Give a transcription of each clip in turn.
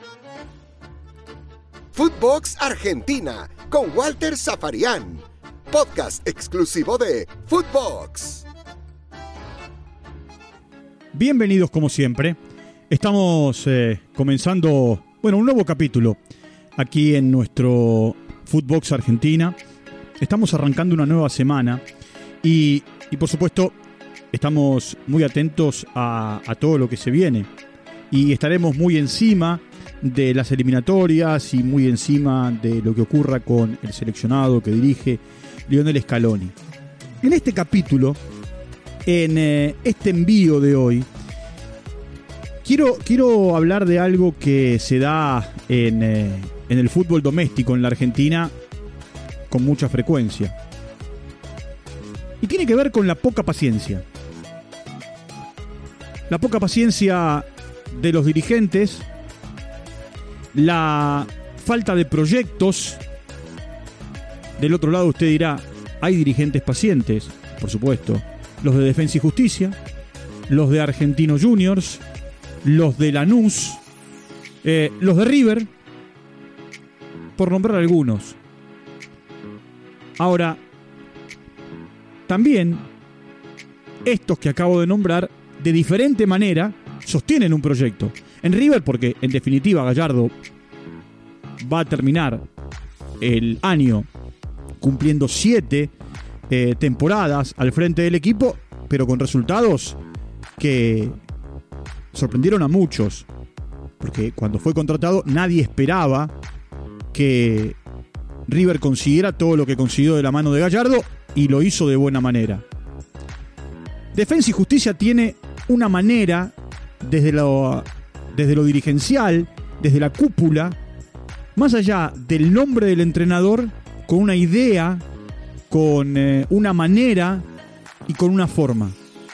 Footbox Argentina con Walter Zafarian, podcast exclusivo de Footbox. Bienvenidos como siempre. Estamos comenzando, un nuevo capítulo aquí en nuestro Footbox Argentina. Estamos arrancando una nueva semana y por supuesto estamos muy atentos a todo lo que se viene y estaremos muy encima de las eliminatorias y muy encima de lo que ocurra con el seleccionado que dirige Lionel Scaloni. En este capítulo, en este envío de hoy, quiero hablar de algo que se da en el fútbol doméstico en la Argentina con mucha frecuencia. Y tiene que ver con la poca paciencia. La poca paciencia de los dirigentes, la falta de proyectos. Del otro lado usted dirá, hay dirigentes pacientes, por supuesto. Los de Defensa y Justicia, los de Argentinos Juniors, los de Lanús, los de River, por nombrar algunos. Ahora, también estos que acabo de nombrar, de diferente manera, sostienen un proyecto. En River, porque en definitiva Gallardo va a terminar el año cumpliendo 7 temporadas al frente del equipo, pero con resultados que sorprendieron a muchos, porque cuando fue contratado nadie esperaba que River consiguiera todo lo que consiguió de la mano de Gallardo, y lo hizo de buena manera. Defensa y Justicia tiene una manera desde lo dirigencial, desde la cúpula, más allá del nombre del entrenador, con una idea, con una manera y con una forma.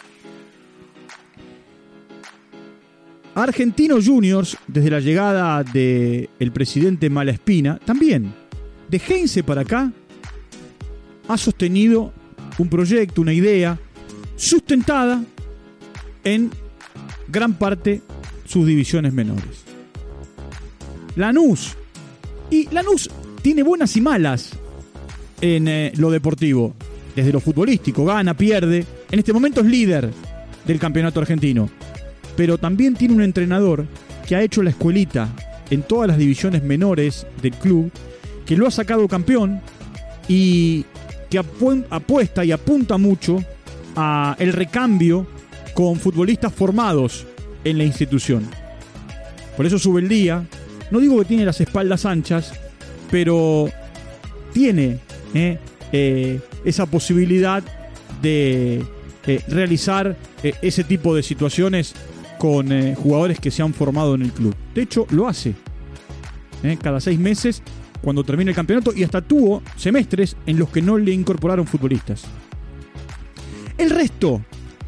Argentinos Juniors, desde la llegada del presidente Malaspina, también, de Heinze para acá, ha sostenido un proyecto, una idea, sustentada en gran parte sus divisiones menores. Lanús tiene buenas y malas en lo deportivo. Desde lo futbolístico, gana, pierde. En este momento es líder del campeonato argentino. Pero también tiene un entrenador que ha hecho la escuelita en todas las divisiones menores del club, que lo ha sacado campeón y que apuesta y apunta mucho a el recambio con futbolistas formados en la institución. Por eso sube el día. No digo que tiene las espaldas anchas, pero tiene esa posibilidad de realizar ese tipo de situaciones con jugadores que se han formado en el club. De hecho, lo hace cada 6 meses cuando termina el campeonato, y hasta tuvo semestres en los que no le incorporaron futbolistas. El resto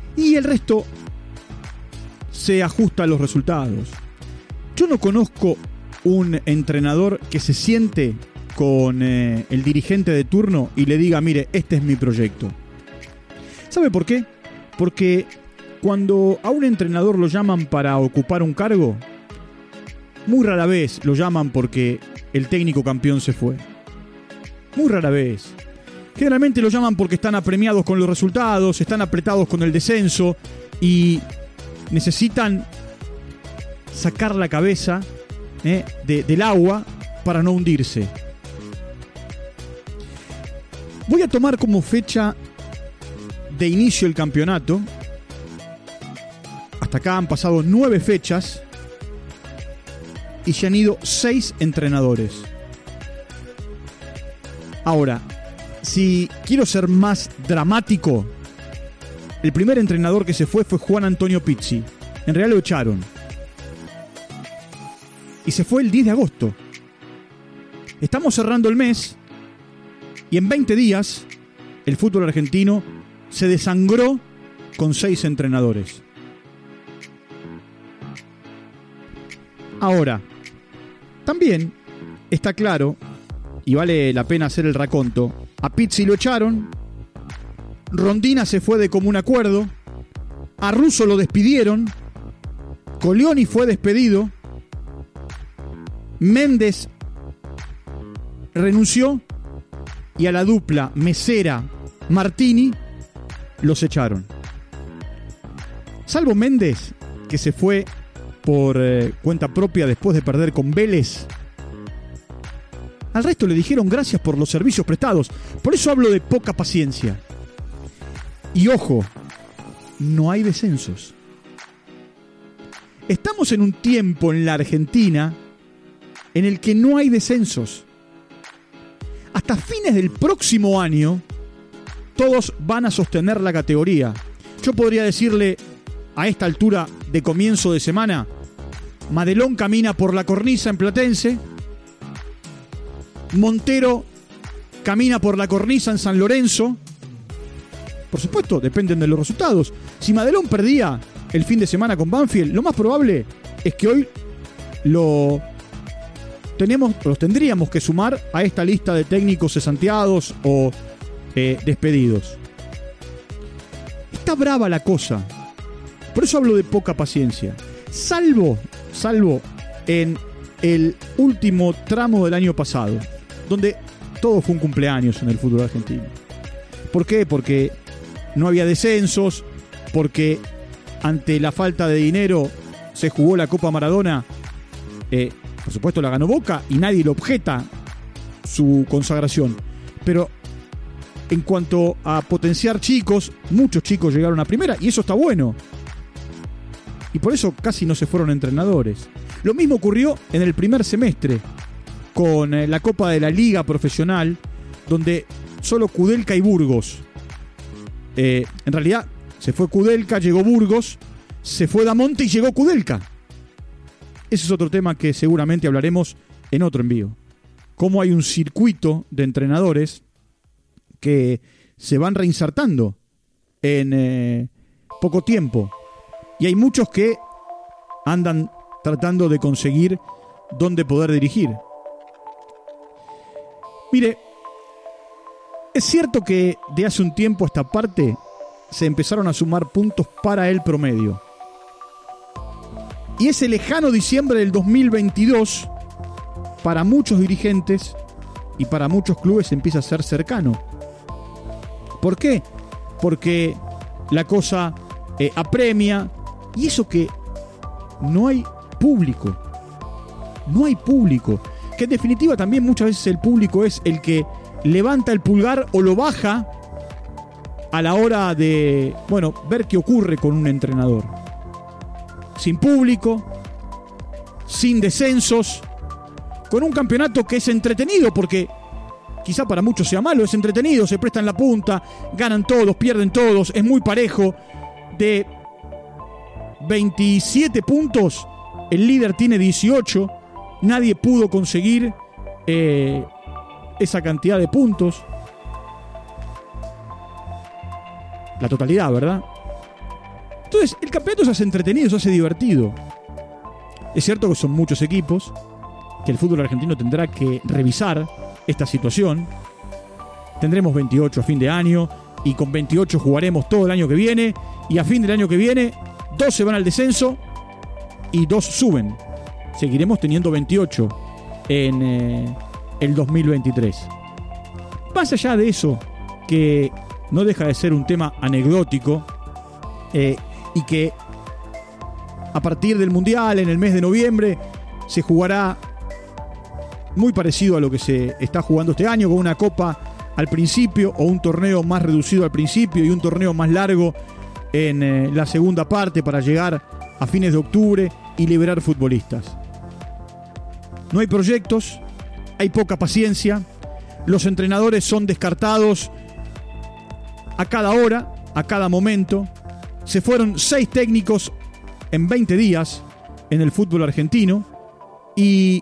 se ajusta a los resultados. Yo no conozco un entrenador que se siente con el dirigente de turno y le diga, mire, este es mi proyecto. ¿Sabe por qué? Porque cuando a un entrenador lo llaman para ocupar un cargo, muy rara vez lo llaman porque el técnico campeón se fue. Muy rara vez. Generalmente lo llaman porque están apremiados con los resultados, están apretados con el descenso y necesitan sacar la cabeza del agua para no hundirse. Voy a tomar como fecha de inicio el campeonato. Hasta acá han pasado 9 fechas y se han ido 6 entrenadores. Ahora, si quiero ser más dramático, el primer entrenador que se fue Juan Antonio Pizzi. En realidad lo echaron. Y se fue el 10 de agosto. Estamos cerrando el mes y en 20 días el fútbol argentino se desangró con 6 entrenadores. Ahora, también está claro, y vale la pena hacer el raconto, a Pizzi lo echaron, Rondina se fue de común acuerdo, a Russo lo despidieron, Colioni fue despedido, Méndez renunció y a la dupla Mesera-Martini los echaron. Salvo Méndez, que se fue por cuenta propia después de perder con Vélez, al resto le dijeron gracias por los servicios prestados. Por eso hablo de poca paciencia. Y ojo, no hay descensos. Estamos en un tiempo en la Argentina en el que no hay descensos. Hasta fines del próximo año, todos van a sostener la categoría. Yo podría decirle a esta altura de comienzo de semana, Madelón camina por la cornisa en Platense, Montero camina por la cornisa en San Lorenzo. Por supuesto, dependen de los resultados. Si Madelón perdía el fin de semana con Banfield, lo más probable es que hoy los tendríamos que sumar a esta lista de técnicos cesanteados o despedidos. Está brava la cosa. Por eso hablo de poca paciencia. Salvo en el último tramo del año pasado, donde todo fue un cumpleaños en el fútbol argentino. ¿Por qué? Porque no había descensos, porque ante la falta de dinero se jugó la Copa Maradona. Por supuesto la ganó Boca y nadie le objeta su consagración. Pero en cuanto a potenciar chicos, muchos chicos llegaron a primera y eso está bueno. Y por eso casi no se fueron entrenadores. Lo mismo ocurrió en el primer semestre con la Copa de la Liga Profesional, donde solo Kudelka y Burgos. En realidad se fue Kudelka, llegó Burgos, se fue Damonte y llegó Kudelka. Ese es otro tema que seguramente hablaremos en otro envío. Cómo hay un circuito de entrenadores que se van reinsertando en poco tiempo. Y hay muchos que andan tratando de conseguir dónde poder dirigir. Mire, es cierto que de hace un tiempo a esta parte se empezaron a sumar puntos para el promedio. Y ese lejano diciembre del 2022, para muchos dirigentes y para muchos clubes empieza a ser cercano. ¿Por qué? Porque la cosa apremia, y eso que no hay público. No hay público. Que en definitiva también muchas veces el público es el que levanta el pulgar o lo baja a la hora de, ver qué ocurre con un entrenador. Sin público, sin descensos, con un campeonato que es entretenido, porque quizá para muchos sea malo, es entretenido, se prestan la punta, ganan todos, pierden todos, es muy parejo. De 27 puntos, el líder tiene 18, nadie pudo conseguir esa cantidad de puntos. La totalidad, ¿verdad? Entonces, el campeonato se hace entretenido, se hace divertido. Es cierto que son muchos equipos, que el fútbol argentino tendrá que revisar esta situación. Tendremos 28 a fin de año, y con 28 jugaremos todo el año que viene, y a fin del año que viene, 2 se van al descenso y 2 suben. Seguiremos teniendo 28 en el 2023. Más allá de eso, que no deja de ser un tema anecdótico, y que a partir del Mundial, en el mes de noviembre, se jugará muy parecido a lo que se está jugando este año, con una copa al principio o un torneo más reducido al principio y un torneo más largo en la segunda parte para llegar a fines de octubre y liberar futbolistas. No hay proyectos, hay poca paciencia, los entrenadores son descartados a cada hora, a cada momento. Se fueron 6 técnicos en 20 días en el fútbol argentino, y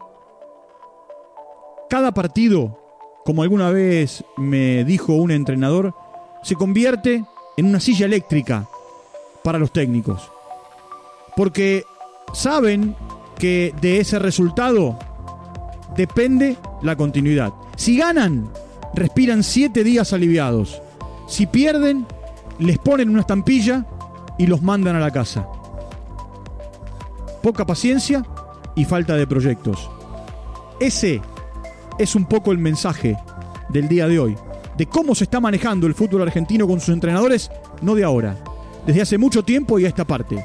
cada partido, como alguna vez me dijo un entrenador, se convierte en una silla eléctrica para los técnicos, porque saben que de ese resultado depende la continuidad. Si ganan, respiran 7 días aliviados. Si pierden, les ponen una estampilla y los mandan a la casa. Poca paciencia y falta de proyectos. Ese es un poco el mensaje del día de hoy, de cómo se está manejando el fútbol argentino con sus entrenadores, no de ahora, desde hace mucho tiempo y a esta parte.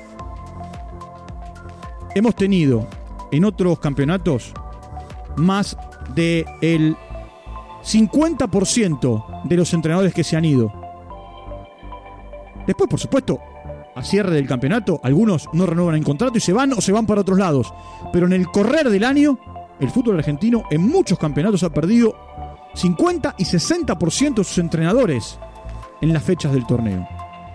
Hemos tenido en otros campeonatos más del 50% de los entrenadores que se han ido. Después, por supuesto, a cierre del campeonato, algunos no renuevan el contrato y se van o se van para otros lados. Pero en el correr del año, el fútbol argentino en muchos campeonatos ha perdido 50 y 60% de sus entrenadores en las fechas del torneo.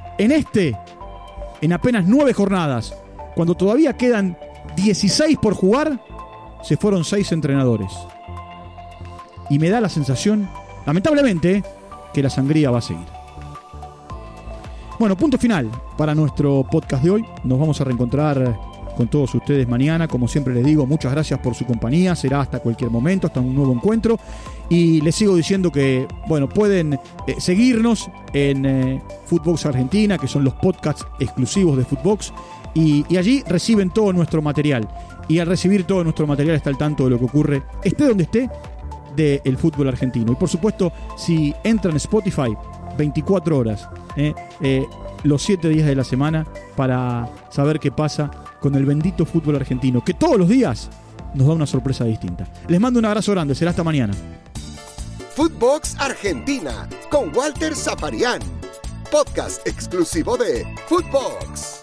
En apenas 9 jornadas, cuando todavía quedan 16 por jugar, se fueron 6 entrenadores. Y me da la sensación, lamentablemente, que la sangría va a seguir. Bueno, punto final para nuestro podcast de hoy. Nos vamos a reencontrar con todos ustedes mañana. Como siempre les digo, muchas gracias por su compañía. Será hasta cualquier momento, hasta un nuevo encuentro. Y les sigo diciendo que, bueno, pueden seguirnos en Footbox Argentina, que son los podcasts exclusivos de Footbox. Y allí reciben todo nuestro material. Y al recibir todo nuestro material está al tanto de lo que ocurre, esté donde esté, del fútbol argentino. Y por supuesto, si entran en Spotify, 24 horas, los 7 días de la semana, para saber qué pasa con el bendito fútbol argentino, que todos los días nos da una sorpresa distinta. Les mando un abrazo grande, será hasta mañana. Footbox Argentina con Walter Safarian, podcast exclusivo de Footbox.